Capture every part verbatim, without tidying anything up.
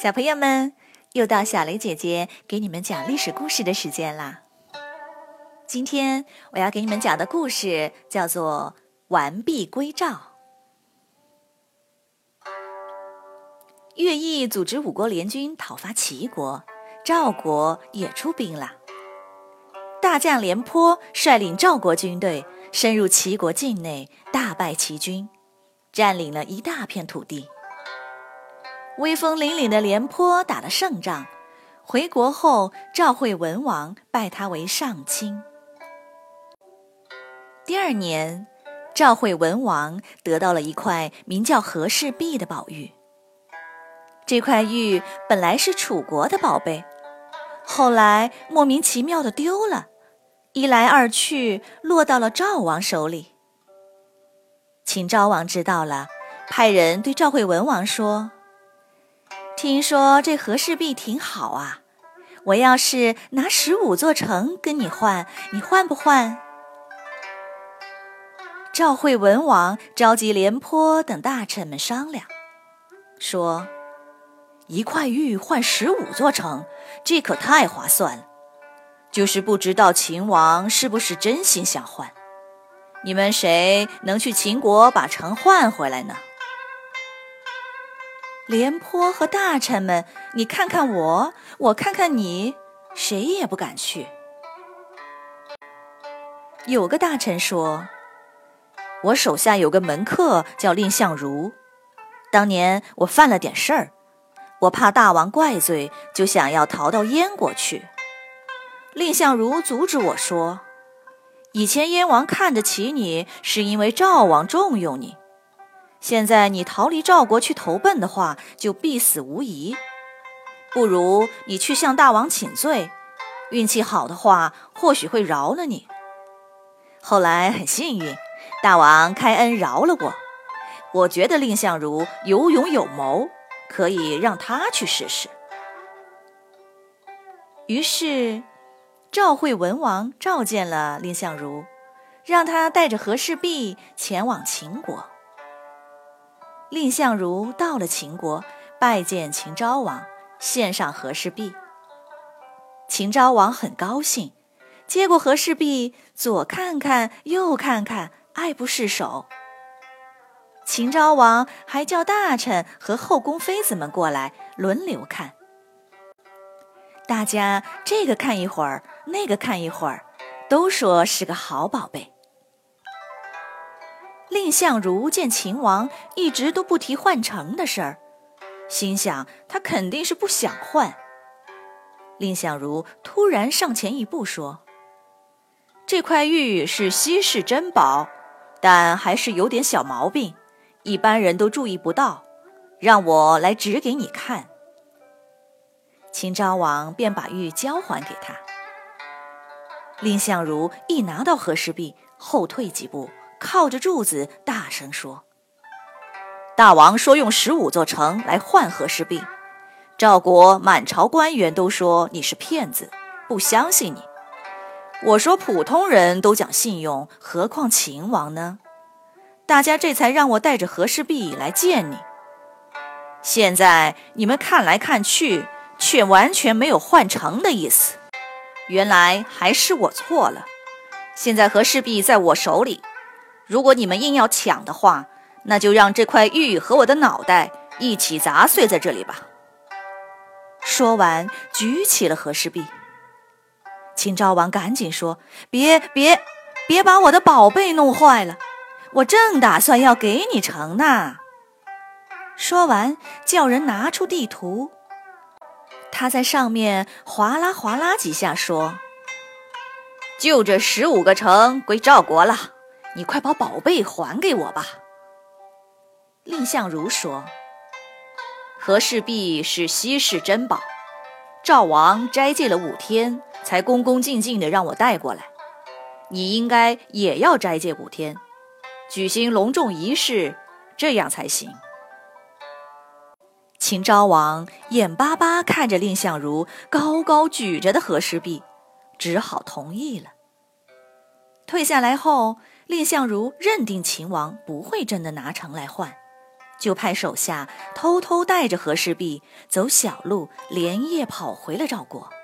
小朋友们，又到小雷姐姐给你们讲历史故事的时间啦。今天我要给你们讲的故事叫做《完璧归赵》。乐毅组织五国联军讨伐齐国，赵国也出兵了。大将廉颇率领赵国军队深入齐国境内，大败齐军，占领了一大片土地。威风凛凛的廉颇打了胜仗，回国后赵惠文王拜他为上卿。第二年，赵惠文王得到了一块名叫和氏璧的宝玉。这块玉本来是楚国的宝贝，后来莫名其妙的丢了，一来二去落到了赵王手里。秦昭王知道了，派人对赵惠文王说，听说这和氏璧挺好啊，我要是拿十五座城跟你换，你换不换？赵惠文王召集廉颇等大臣们商量，说一块玉换十五座城，这可太划算了，就是不知道秦王是不是真心想换，你们谁能去秦国把城换回来呢？廉颇和大臣们，你看看我，我看看你，谁也不敢去。有个大臣说，我手下有个门客叫蔺相如，当年我犯了点事儿，我怕大王怪罪，就想要逃到燕国去。蔺相如阻止我说，以前燕王看得起你，是因为赵王重用你，现在你逃离赵国去投奔的话，就必死无疑。不如你去向大王请罪，运气好的话，或许会饶了你。后来很幸运，大王开恩饶了我。我觉得蔺相如有勇有谋，可以让他去试试。于是赵惠文王召见了蔺相如，让他带着和氏璧前往秦国。蔺相如到了秦国，拜见秦昭王，献上和氏璧。秦昭王很高兴，接过和氏璧，左看看右看看，爱不释手。秦昭王还叫大臣和后宫妃子们过来轮流看，大家这个看一会儿，那个看一会儿，都说是个好宝贝。蔺相如见秦王一直都不提换城的事儿，心想他肯定是不想换。蔺相如突然上前一步说，这块玉是稀世珍宝，但还是有点小毛病，一般人都注意不到，让我来指给你看。秦昭王便把玉交还给他。蔺相如一拿到和氏璧，后退几步，靠着柱子大声说，大王说用十五座城来换和氏璧，赵国满朝官员都说你是骗子，不相信你。我说普通人都讲信用，何况秦王呢？大家这才让我带着和氏璧来见你。现在你们看来看去，却完全没有换城的意思，原来还是我错了。现在和氏璧在我手里，如果你们硬要抢的话，那就让这块玉和我的脑袋一起砸碎在这里吧。说完，举起了和氏璧。秦昭王赶紧说，别别别把我的宝贝弄坏了，我正打算要给你城呢。说完，叫人拿出地图，他在上面划拉划拉几下，说，就这十五个城归赵国了，你快把宝贝还给我吧。蔺相如说，和氏璧是稀世珍宝，赵王斋戒了五天，才恭恭敬敬地让我带过来，你应该也要斋戒五天，举行隆重仪式，这样才行。秦昭王眼巴巴看着蔺相如高高举着的和氏璧，只好同意了。退下来后，蔺相如认定秦王不会真的拿城来换， 就派手下偷偷带着和氏璧走小路，连夜跑回了赵国。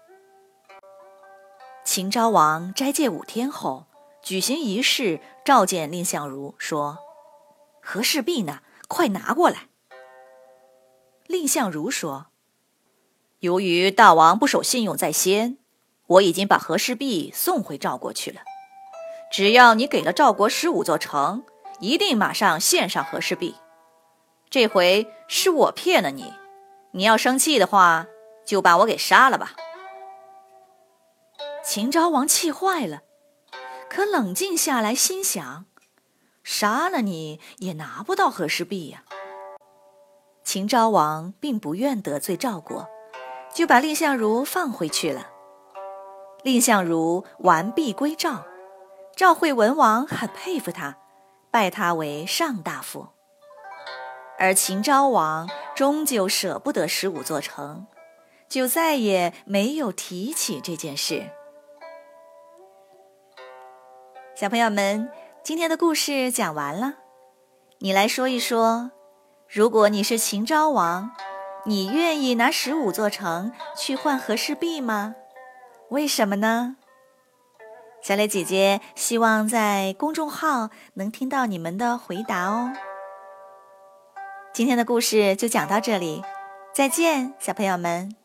秦昭王斋戒五天后，举行仪式，召见蔺相如，说：“和氏璧呢？快拿过来。”蔺相如说：“由于大王不守信用在先，我已经把和氏璧送回赵国去了。只要你给了赵国十五座城，一定马上献上和氏璧。这回是我骗了你，你要生气的话，就把我给杀了吧。”秦昭王气坏了，可冷静下来，心想：杀了你也拿不到和氏璧呀。秦昭王并不愿得罪赵国，就把蔺相如放回去了。蔺相如完璧归赵，赵惠文王很佩服他，拜他为上大夫。而秦昭王终究舍不得十五座城，就再也没有提起这件事。小朋友们，今天的故事讲完了，你来说一说，如果你是秦昭王，你愿意拿十五座城去换和氏璧吗？为什么呢？小磊姐姐希望在公众号能听到你们的回答哦。今天的故事就讲到这里，再见，小朋友们。